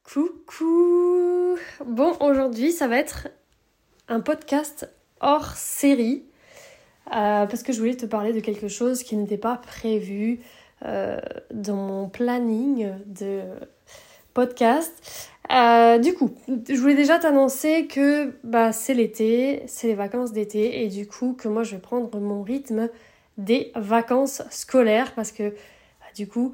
Coucou! Bon, aujourd'hui, ça va être un podcast hors série parce que je voulais te parler de quelque chose qui n'était pas prévu dans mon planning de podcast. Du coup, je voulais déjà t'annoncer que c'est l'été, c'est les vacances d'été et du coup que moi je vais prendre mon rythme des vacances scolaires parce que du coup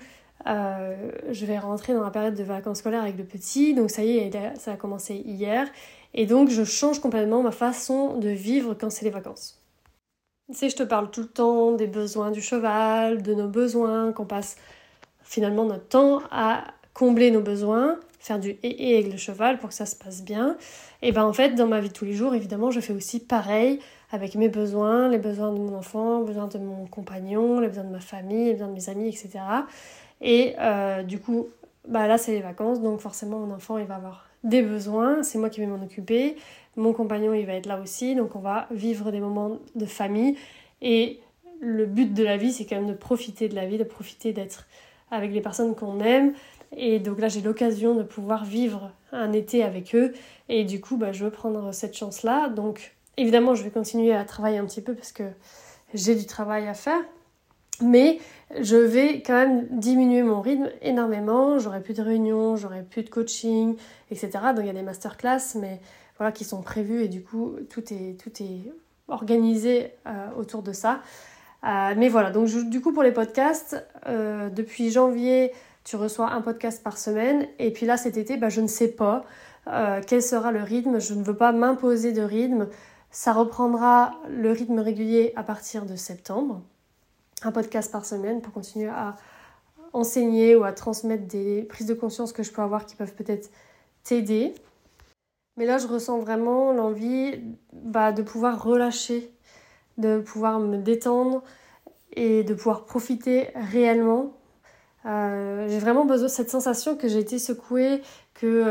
je vais rentrer dans la période de vacances scolaires avec le petit, donc ça y est, ça a commencé hier et donc je change complètement ma façon de vivre quand c'est les vacances. Tu sais, je te parle tout le temps des besoins du cheval, de nos besoins, qu'on passe finalement notre temps à combler nos besoins, faire du hé avec le cheval pour que ça se passe bien. Et en fait, dans ma vie de tous les jours, évidemment, je fais aussi pareil avec mes besoins, les besoins de mon enfant, les besoins de mon compagnon, les besoins de ma famille, les besoins de mes amis, etc. Et du coup, là, c'est les vacances, donc forcément, mon enfant, il va avoir des besoins, c'est moi qui vais m'en occuper. Mon compagnon, il va être là aussi, donc on va vivre des moments de famille. Et le but de la vie, c'est quand même de profiter de la vie, de profiter d'être avec les personnes qu'on aime. Et donc là, j'ai l'occasion de pouvoir vivre un été avec eux. Et du coup, je veux prendre cette chance-là. Donc, évidemment, je vais continuer à travailler un petit peu parce que j'ai du travail à faire. Mais je vais quand même diminuer mon rythme énormément. J'aurai plus de réunions, j'aurai plus de coaching, etc. Donc, il y a des masterclass, mais voilà, qui sont prévues. Et du coup, tout est organisé autour de ça. Mais voilà, donc du coup pour les podcasts, depuis janvier, tu reçois un podcast par semaine. Et puis là, cet été, je ne sais pas quel sera le rythme. Je ne veux pas m'imposer de rythme. Ça reprendra le rythme régulier à partir de septembre. Un podcast par semaine pour continuer à enseigner ou à transmettre des prises de conscience que je peux avoir qui peuvent peut-être t'aider. Mais là, je ressens vraiment l'envie de pouvoir relâcher, de pouvoir me détendre et de pouvoir profiter réellement. J'ai vraiment besoin de cette sensation que j'ai été secouée, que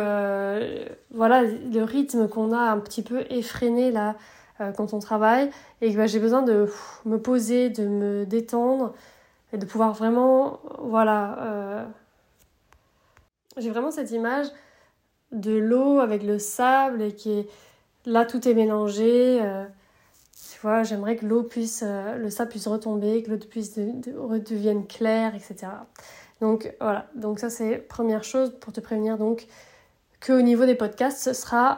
le rythme qu'on a un petit peu effréné là quand on travaille, et que j'ai besoin de me poser, de me détendre et de pouvoir vraiment j'ai vraiment cette image de l'eau avec le sable et qui est là, tout est mélangé. Tu vois, j'aimerais que le sable puisse retomber, que l'eau redevienne claire, etc. Donc voilà, donc ça c'est première chose pour te prévenir donc qu'au niveau des podcasts, ce sera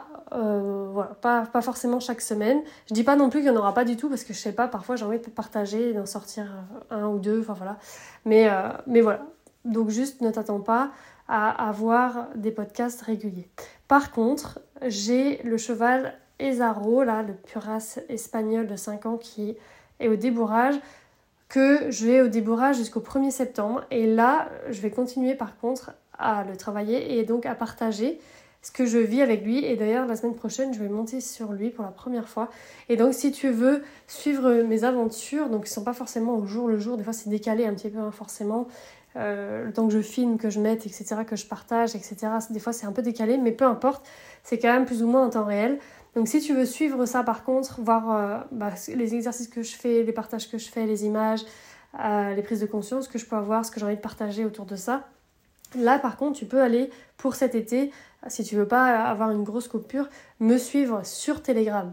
pas forcément chaque semaine. Je dis pas non plus qu'il n'y en aura pas du tout parce que je sais pas, parfois j'ai envie de partager et d'en sortir un ou deux, voilà. Mais voilà, donc juste ne t'attends pas à avoir des podcasts réguliers. Par contre, j'ai le cheval Ezaro, là, le pure race espagnol de 5 ans qui est au débourrage, que je vais au débourrage jusqu'au 1er septembre. Et là, je vais continuer par contre à le travailler et donc à partager ce que je vis avec lui. Et d'ailleurs, la semaine prochaine, je vais monter sur lui pour la première fois. Et donc, si tu veux suivre mes aventures, donc ils ne sont pas forcément au jour le jour, des fois c'est décalé un petit peu, forcément. Le temps que je filme, que je mette, etc., que je partage, etc. Des fois, c'est un peu décalé, mais peu importe. C'est quand même plus ou moins en temps réel. Donc si tu veux suivre ça par contre, voir les exercices que je fais, les partages que je fais, les images, les prises de conscience que je peux avoir, ce que j'ai envie de partager autour de ça, là par contre tu peux aller pour cet été, si tu veux pas avoir une grosse coupure, me suivre sur Telegram.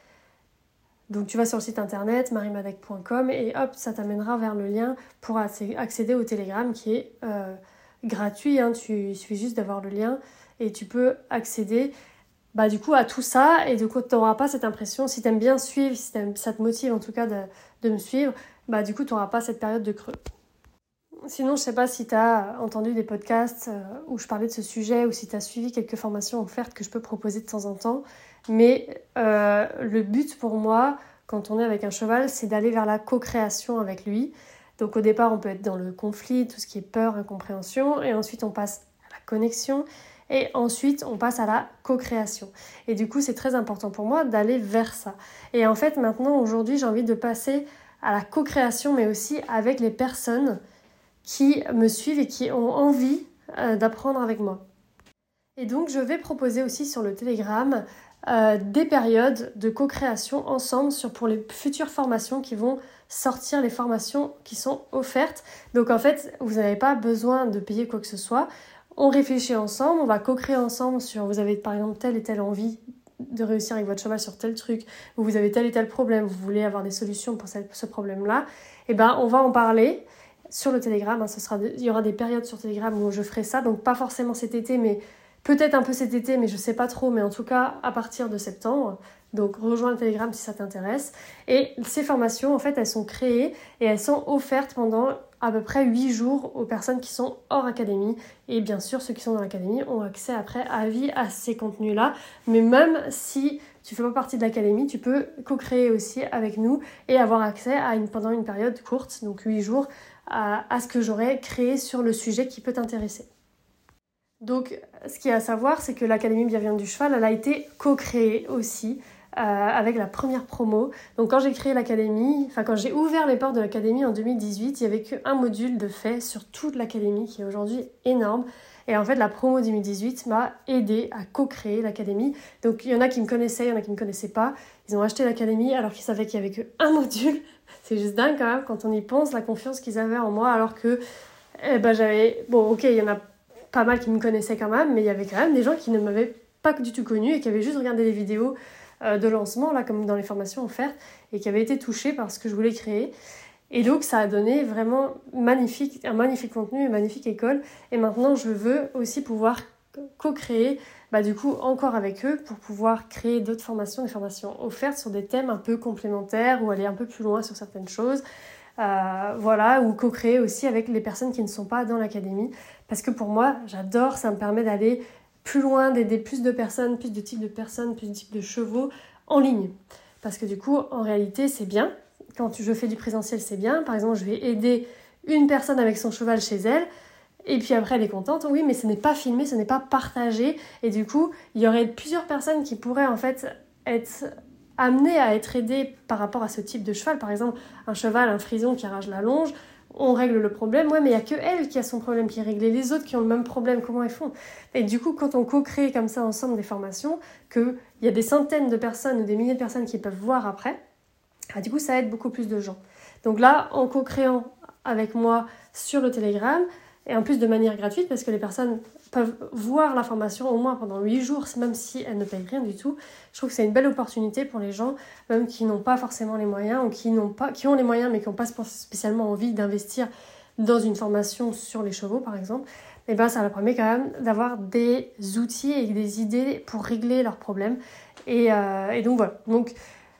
Donc tu vas sur le site internet marimadec.com et hop, ça t'amènera vers le lien pour accéder au Telegram qui est gratuit, il suffit juste d'avoir le lien et tu peux accéder du coup à tout ça, et du coup tu n'auras pas cette impression, si tu aimes bien suivre, si ça te motive en tout cas de me suivre, du coup tu n'auras pas cette période de creux. Sinon, je sais pas si tu as entendu des podcasts où je parlais de ce sujet, ou si tu as suivi quelques formations offertes que je peux proposer de temps en temps, mais le but pour moi, quand on est avec un cheval, c'est d'aller vers la co-création avec lui. Donc au départ, on peut être dans le conflit, tout ce qui est peur, incompréhension, et ensuite on passe à la connexion, et ensuite on passe à la co-création. Et du coup, c'est très important pour moi d'aller vers ça. Et en fait, maintenant, aujourd'hui, j'ai envie de passer à la co-création, mais aussi avec les personnes qui me suivent et qui ont envie d'apprendre avec moi. Et donc, je vais proposer aussi sur le Telegram des périodes de co-création ensemble pour les futures formations qui vont sortir, les formations qui sont offertes. Donc en fait, vous n'avez pas besoin de payer quoi que ce soit. On réfléchit ensemble, on va co-créer ensemble sur vous avez par exemple telle et telle envie de réussir avec votre cheval sur tel truc, ou vous avez tel et tel problème, vous voulez avoir des solutions pour ce problème-là, et ben on va en parler sur le Telegram. Il y aura des périodes sur Telegram où je ferai ça, donc pas forcément cet été, mais peut-être un peu cet été, mais je sais pas trop, mais en tout cas à partir de septembre. Donc rejoins le Telegram si ça t'intéresse. Et ces formations, en fait, elles sont créées et elles sont offertes pendant à peu près 8 jours aux personnes qui sont hors académie. Et bien sûr, ceux qui sont dans l'académie ont accès après à vie à ces contenus-là. Mais même si tu ne fais pas partie de l'académie, tu peux co-créer aussi avec nous et avoir accès pendant une période courte, donc 8 jours, à ce que j'aurais créé sur le sujet qui peut t'intéresser. Donc, ce qu'il y a à savoir, c'est que l'Académie Bienveillante du Cheval, elle a été co-créée aussi avec la première promo. Donc, quand j'ai créé l'Académie, quand j'ai ouvert les portes de l'Académie en 2018, il n'y avait qu'un module de fait sur toute l'Académie qui est aujourd'hui énorme. Et en fait, la promo 2018 m'a aidé à co-créer l'Académie. Donc, il y en a qui me connaissaient, il y en a qui ne me connaissaient pas. Ils ont acheté l'Académie alors qu'ils savaient qu'il n'y avait qu'un module. C'est juste dingue quand même quand on y pense, la confiance qu'ils avaient en moi alors que j'avais... Bon, ok, il y en a pas mal qui me connaissaient quand même, mais il y avait quand même des gens qui ne m'avaient pas du tout connue et qui avaient juste regardé les vidéos de lancement, là, comme dans les formations offertes, et qui avaient été touchés par ce que je voulais créer. Et donc, ça a donné vraiment un magnifique contenu, une magnifique école. Et maintenant, je veux aussi pouvoir co-créer, du coup, encore avec eux, pour pouvoir créer d'autres formations, des formations offertes sur des thèmes un peu complémentaires ou aller un peu plus loin sur certaines choses. Ou co-créer aussi avec les personnes qui ne sont pas dans l'académie, parce que pour moi j'adore, ça me permet d'aller plus loin, d'aider plus de personnes, plus de types de personnes, plus de types de chevaux en ligne, parce que du coup en réalité c'est bien, quand je fais du présentiel c'est bien, par exemple je vais aider une personne avec son cheval chez elle, et puis après elle est contente, oui mais ce n'est pas filmé, ce n'est pas partagé, et du coup il y aurait plusieurs personnes qui pourraient en fait être amené à être aidé par rapport à ce type de cheval. Par exemple, un cheval, un frison qui arrache la longe, on règle le problème, mais il n'y a que elle qui a son problème qui est réglé. Les autres qui ont le même problème, comment ils font ? Et du coup, quand on co-crée comme ça ensemble des formations, qu'il y a des centaines de personnes ou des milliers de personnes qui peuvent voir après, du coup, ça aide beaucoup plus de gens. Donc là, en co-créant avec moi sur le Telegram, et en plus de manière gratuite, parce que les personnes peuvent voir la formation au moins pendant 8 jours, même si elles ne payent rien du tout. Je trouve que c'est une belle opportunité pour les gens, même qui n'ont pas forcément les moyens, ou qui ont les moyens, mais qui n'ont pas spécialement envie d'investir dans une formation sur les chevaux, par exemple. Et ça leur permet quand même d'avoir des outils et des idées pour régler leurs problèmes. Et donc voilà. Donc,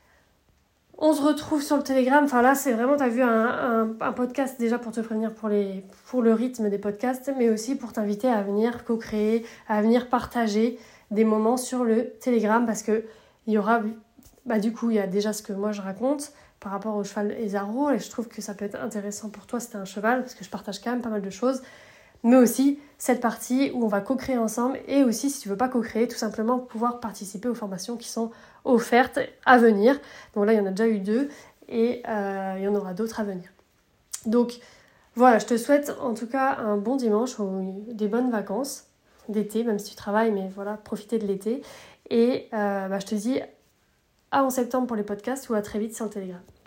on se retrouve sur le Telegram. Enfin là, c'est vraiment, tu as vu un podcast déjà pour te prévenir pour le rythme des podcasts, mais aussi pour t'inviter à venir co-créer, à venir partager des moments sur le Telegram, parce que il y aura, du coup, il y a déjà ce que moi je raconte par rapport au cheval Esaro, et je trouve que ça peut être intéressant pour toi si t'es un cheval, parce que je partage quand même pas mal de choses, mais aussi cette partie où on va co-créer ensemble, et aussi si tu veux pas co-créer, tout simplement pouvoir participer aux formations qui sont offertes à venir. Donc là il y en a déjà eu 2 et il y en aura d'autres à venir. Donc voilà, je te souhaite en tout cas un bon dimanche ou des bonnes vacances d'été, même si tu travailles, mais voilà, profitez de l'été. Et je te dis à en septembre pour les podcasts ou à très vite sur le Telegram.